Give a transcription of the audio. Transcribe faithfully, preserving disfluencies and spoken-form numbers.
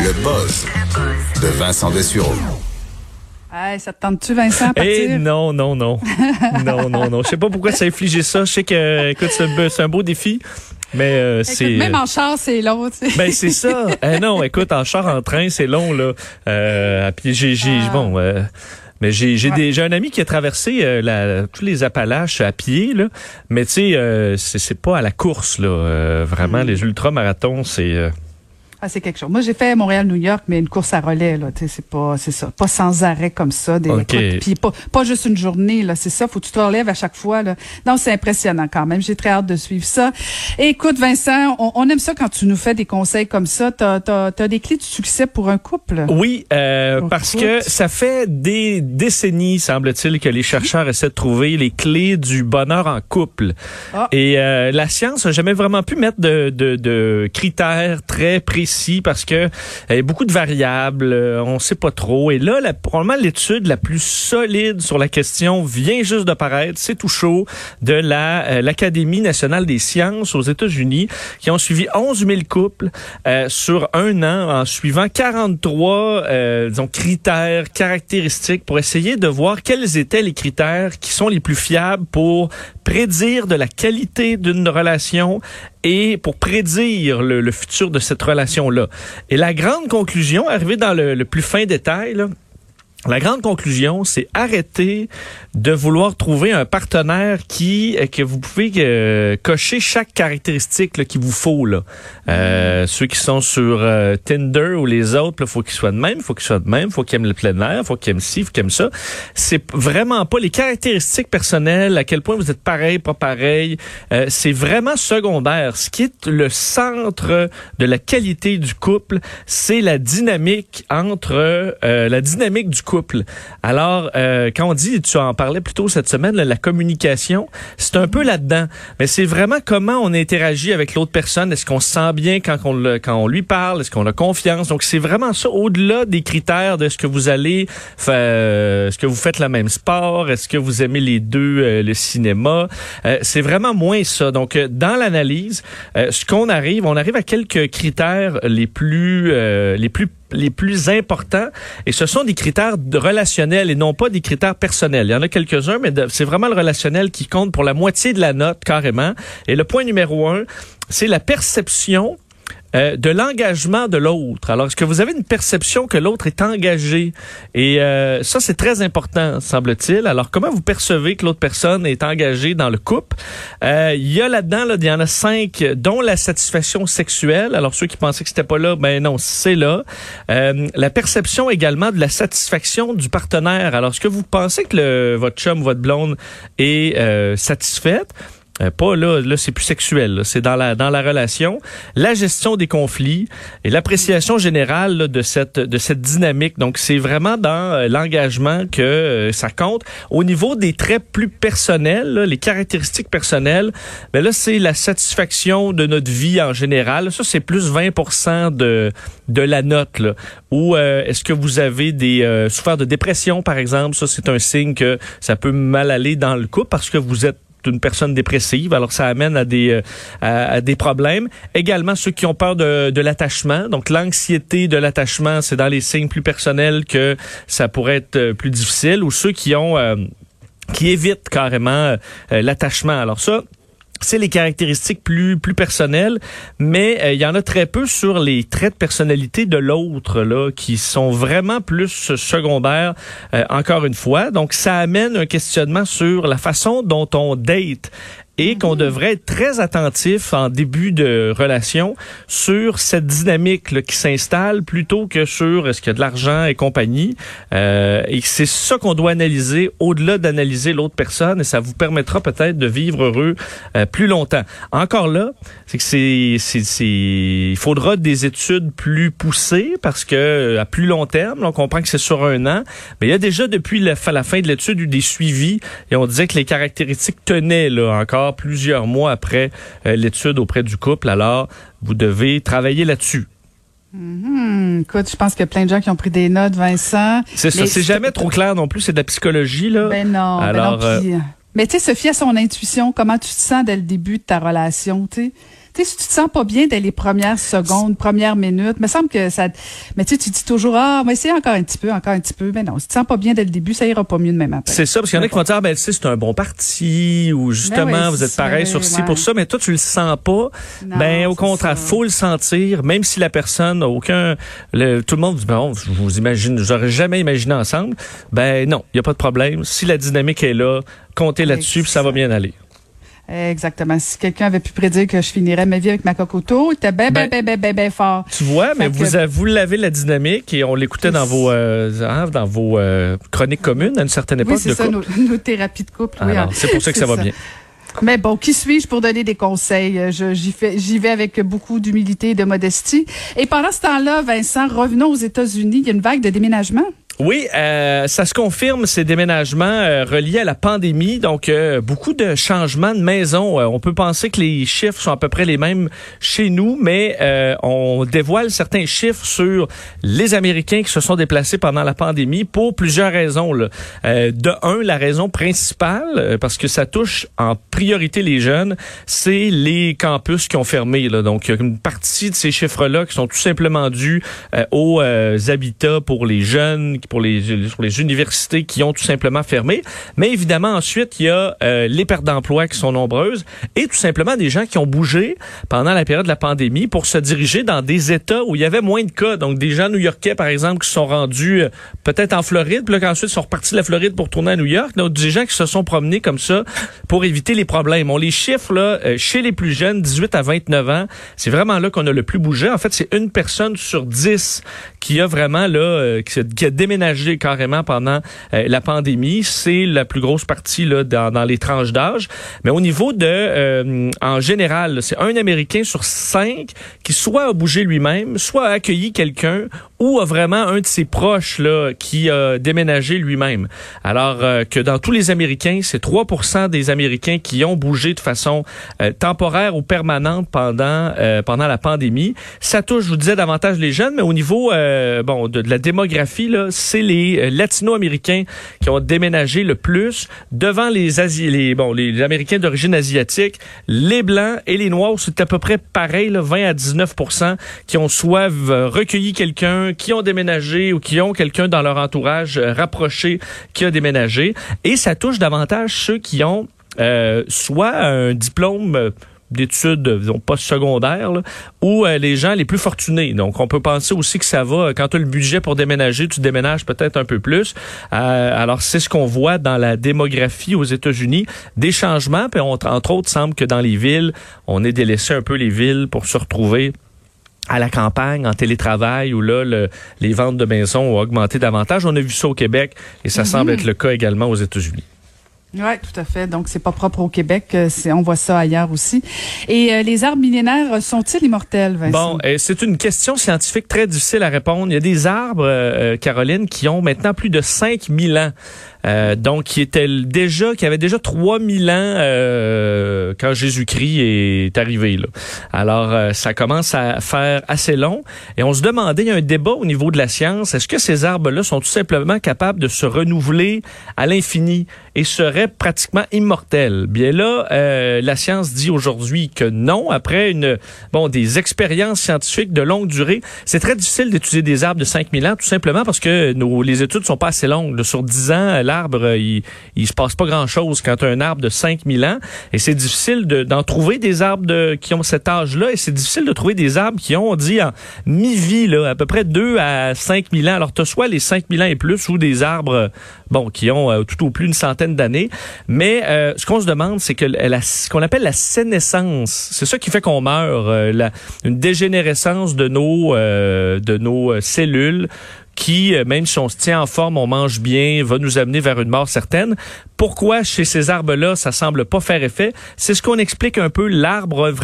Le buzz de Vincent Dessureau. Hey, ça te tente-tu, Vincent, à partir? Eh non, non, non. non, non, non. Je sais pas pourquoi ça a infligé ça. Je sais que, écoute, c'est un, c'est un beau défi. Mais euh, écoute, c'est même en char, c'est long, tu sais. Ben c'est ça. Eh non, écoute, en char, en train, c'est long là. Euh, puis j'ai, j'ai, Ah. bon. Euh, Mais j'ai j'ai Ouais. des j'ai un ami qui a traversé euh, la, tous les Appalaches à pied là, mais tu sais euh, c'est c'est pas à la course là, euh, vraiment Mm. les ultramarathons c'est euh, Ah, c'est quelque chose. Moi, j'ai fait Montréal-New York, mais une course à relais, là. Tu sais, c'est pas, c'est ça. Pas sans arrêt comme ça. Des, OK. écoute, puis pas, pas juste une journée, là. C'est ça. Faut que tu te relèves à chaque fois, là. Non, c'est impressionnant quand même. J'ai très hâte de suivre ça. Et écoute, Vincent, on, on aime ça quand tu nous fais des conseils comme ça. T'as, t'as, t'as des clés de succès pour un couple? Oui, euh, Oh, parce écoute. que ça fait des décennies, semble-t-il, que les chercheurs essaient de trouver les clés du bonheur en couple. Ah. Et euh, la science n'a jamais vraiment pu mettre de, de, de critères très précis parce que il y a beaucoup de variables, euh, on sait pas trop. Et là, la, probablement l'étude la plus solide sur la question vient juste de paraître, c'est tout chaud, de la euh, l'Académie nationale des sciences aux États-Unis, qui ont suivi onze mille couples euh, sur un an en suivant quarante-trois euh, disons, critères, caractéristiques pour essayer de voir quels étaient les critères qui sont les plus fiables pour prédire de la qualité d'une relation et pour prédire le, le futur de cette relation-là. Et la grande conclusion, arrivée dans le, le plus fin détail, là, la grande conclusion, c'est arrêter de vouloir trouver un partenaire qui que vous pouvez euh, cocher chaque caractéristique là, qu'il vous faut là. Euh, ceux qui sont sur euh, Tinder ou les autres, il faut qu'ils soient de même, faut qu'ils soient de même, faut qu'ils aiment le plein air, faut qu'ils aiment ci, faut qu'ils aiment ça. C'est vraiment pas les caractéristiques personnelles, à quel point vous êtes pareil, pas pareil. Euh, c'est vraiment secondaire. Ce qui est le centre de la qualité du couple, c'est la dynamique entre euh, la dynamique du couple. Alors, euh, quand on dit, tu en parlais plus tôt cette semaine, là, la communication, c'est un peu là-dedans. Mais c'est vraiment comment on interagit avec l'autre personne. Est-ce qu'on se sent bien quand on, le, quand on lui parle? Est-ce qu'on a confiance? Donc, c'est vraiment ça, au-delà des critères de ce que vous allez faire, euh, est-ce que vous faites le même sport? Est-ce que vous aimez les deux euh, le cinéma? Euh, c'est vraiment moins ça. Donc, euh, dans l'analyse, euh, ce qu'on arrive, on arrive à quelques critères les plus, euh, les plus les plus importants, et ce sont des critères de relationnels et non pas des critères personnels. Il y en a quelques-uns, mais de, c'est vraiment le relationnel qui compte pour la moitié de la note, carrément. Et le point numéro un, c'est la perception Euh, de l'engagement de l'autre. Alors, est-ce que vous avez une perception que l'autre est engagé? Et euh, ça, c'est très important, semble-t-il. Alors, comment vous percevez que l'autre personne est engagée dans le couple? Euh, il y a là-dedans, là, il y en a cinq, dont la satisfaction sexuelle. Alors, ceux qui pensaient que c'était pas là, ben non, c'est là. Euh, la perception également de la satisfaction du partenaire. Alors, est-ce que vous pensez que le, votre chum, votre blonde est euh, satisfaite? Euh, pas là, là c'est plus sexuel, là. C'est dans la dans la relation, la gestion des conflits et l'appréciation générale là, de cette de cette dynamique. Donc c'est vraiment dans euh, l'engagement que euh, ça compte. Au niveau des traits plus personnels, là, les caractéristiques personnelles, ben là c'est la satisfaction de notre vie en général. Ça c'est plus vingt pour cent de de la note là. Ou euh, est-ce que vous avez des euh, souffert de dépression par exemple? Ça c'est un signe que ça peut mal aller dans le couple parce que vous êtes une personne dépressive, alors ça amène à des euh, à, à des problèmes. Également ceux qui ont peur de, de l'attachement, donc l'anxiété de l'attachement, c'est dans les signes plus personnels que ça pourrait être euh, plus difficile, ou ceux qui ont euh, qui évitent carrément euh, l'attachement. Alors ça, c'est les caractéristiques plus plus personnelles, mais euh, il y en a très peu sur les traits de personnalité de l'autre là qui sont vraiment plus secondaires. Euh, encore une fois, donc ça amène un questionnement sur la façon dont on date. Et qu'on devrait être très attentif en début de relation sur cette dynamique là, qui s'installe plutôt que sur est-ce qu'il y a de l'argent et compagnie. Euh, et c'est ça qu'on doit analyser au-delà d'analyser l'autre personne, et ça vous permettra peut-être de vivre heureux euh, plus longtemps. Encore là, c'est que c'est, c'est, c'est, il faudra des études plus poussées parce que à plus long terme, on comprend que c'est sur un an, mais il y a déjà depuis la, la fin de l'étude eu des suivis et on disait que les caractéristiques tenaient là encore plusieurs mois après euh, l'étude auprès du couple. Alors, vous devez travailler là-dessus. Mm-hmm. Écoute, je pense qu'il y a plein de gens qui ont pris des notes, Vincent. C'est ça, c'est jamais trop clair non plus, c'est de la psychologie, là. Ben non, Alors, ben non. Puis, euh, mais tu sais, se fier à son intuition, comment tu te sens dès le début de ta relation, tu sais. Tu Tu sais, si tu te sens pas bien dès les premières secondes, premières minutes, il me semble que ça... Mais tu sais, tu dis toujours, ah, mais c'est encore un petit peu, encore un petit peu. Mais non, si tu te sens pas bien dès le début, ça ira pas mieux demain matin. C'est ça, parce qu'il y en a qui vont dire, ah, ben, tu sais, c'est un bon parti, ou justement, ben oui, vous êtes pareil sur ci, ouais. pour ça, mais toi, tu le sens pas. Non, ben, au contraire, ça. faut le sentir, même si la personne n'a aucun, le, tout le monde dit, bon, je vous imagine, j'aurais jamais imaginé ensemble. Ben, non, il y a pas de problème. Si la dynamique est là, comptez là-dessus, puis ça va bien aller. Exactement. Si quelqu'un avait pu prédire que je finirais ma vie avec ma cocoto, il était bien, bien, bien, bien, bien, bien fort. Tu vois, mais vous, que... vous l'avez la dynamique et on l'écoutait dans vos euh, dans vos euh, chroniques communes à une certaine époque. Oui, c'est de ça, couple. Nos, nos thérapies de couple. Oui, Alors, c'est pour ça que ça va ça. bien. Mais bon, qui suis-je pour donner des conseils? Je, j'y, fais, j'y vais avec beaucoup d'humilité et de modestie. Et pendant ce temps-là, Vincent, revenons aux États-Unis. Il y a une vague de déménagement. Oui, euh, ça se confirme, ces déménagements euh, reliés à la pandémie. Donc, euh, beaucoup de changements de maison. Euh, on peut penser que les chiffres sont à peu près les mêmes chez nous, mais euh, on dévoile certains chiffres sur les Américains qui se sont déplacés pendant la pandémie pour plusieurs raisons. Là. Euh, de un, la raison principale, euh, parce que ça touche en priorité les jeunes, c'est les campus qui ont fermé. Là. Donc, il y a une partie de ces chiffres-là qui sont tout simplement dus euh, aux euh, habitats pour les jeunes, pour les, pour les universités qui ont tout simplement fermé. Mais évidemment, ensuite, il y a euh, les pertes d'emploi qui sont nombreuses et tout simplement des gens qui ont bougé pendant la période de la pandémie pour se diriger dans des États où il y avait moins de cas. Donc, des gens new-yorkais, par exemple, qui se sont rendus euh, peut-être en Floride, puis là, qu'ensuite, sont repartis de la Floride pour tourner à New York. Donc, des gens qui se sont promenés comme ça pour éviter les problèmes. On les chiffre, là, euh, chez les plus jeunes, dix-huit à vingt-neuf ans, c'est vraiment là qu'on a le plus bougé. En fait, c'est une personne sur dix qui a vraiment, là, euh, qui, qui a déménagé carrément pendant euh, la pandémie. C'est la plus grosse partie là dans, dans les tranches d'âge. Mais au niveau de, euh, en général, là, c'est un Américain sur cinq qui soit a bougé lui-même, soit a accueilli quelqu'un ou a vraiment un de ses proches là qui a déménagé lui-même. Alors euh, que dans tous les Américains, c'est trois pour cent des Américains qui ont bougé de façon euh, temporaire ou permanente pendant euh, pendant la pandémie. Ça touche, je vous disais, davantage les jeunes, mais au niveau euh, bon de, de la démographie là, c'est les latino-américains qui ont déménagé le plus devant les Asi- les bon les, les Américains d'origine asiatique, les blancs et les noirs, c'est à peu près pareil là, vingt à dix-neuf pour cent qui ont soit recueilli quelqu'un, qui ont déménagé ou qui ont quelqu'un dans leur entourage rapproché qui a déménagé, et ça touche davantage ceux qui ont euh, soit un diplôme d'études, disons, post-secondaires, là, ou euh, les gens les plus fortunés. Donc, on peut penser aussi que ça va, quand tu as le budget pour déménager, tu déménages peut-être un peu plus. Euh, alors, c'est ce qu'on voit dans la démographie aux États-Unis, des changements, puis on, entre autres, semble que dans les villes, on ait délaissé un peu les villes pour se retrouver à la campagne, en télétravail, où là, le, les ventes de maisons ont augmenté davantage. On a vu ça au Québec, et ça mm-hmm. semble être le cas également aux États-Unis. Oui, tout à fait. Donc, c'est pas propre au Québec. C'est, on voit ça ailleurs aussi. Et euh, les arbres millénaires sont-ils immortels, Vincent? Bon, euh, c'est une question scientifique très difficile à répondre. Il y a des arbres, euh, Caroline, qui ont maintenant plus de cinq mille ans. Euh, donc, qui étaient déjà, qui avaient déjà trois mille ans euh, quand Jésus-Christ est arrivé. Là. Alors, euh, ça commence à faire assez long. Et on se demandait, il y a un débat au niveau de la science, est-ce que ces arbres-là sont tout simplement capables de se renouveler à l'infini et seraient pratiquement immortels? Bien là, euh, la science dit aujourd'hui que non. Après une bon des expériences scientifiques de longue durée, c'est très difficile d'étudier des arbres de cinq mille ans, tout simplement parce que nos les études sont pas assez longues. Là, sur dix ans, l'arbre, il, il se passe pas grand-chose quand tu as un arbre de cinq mille ans. Et c'est difficile de, d'en trouver des arbres de, qui ont cet âge-là. Et c'est difficile de trouver des arbres qui ont, on dit, en mi-vie, là, à peu près deux à cinq mille ans. Alors, tu as soit les cinq mille ans et plus ou des arbres, bon, qui ont euh, tout au plus une centaine d'années. Mais euh, ce qu'on se demande, c'est que la, ce qu'on appelle la sénescence, c'est ça qui fait qu'on meurt, euh, la, une dégénérescence de nos, euh, de nos cellules, qui, même si on se tient en forme, on mange bien, va nous amener vers une mort certaine. Pourquoi chez ces arbres-là, ça semble pas faire effet? C'est ce qu'on explique un peu, l'arbre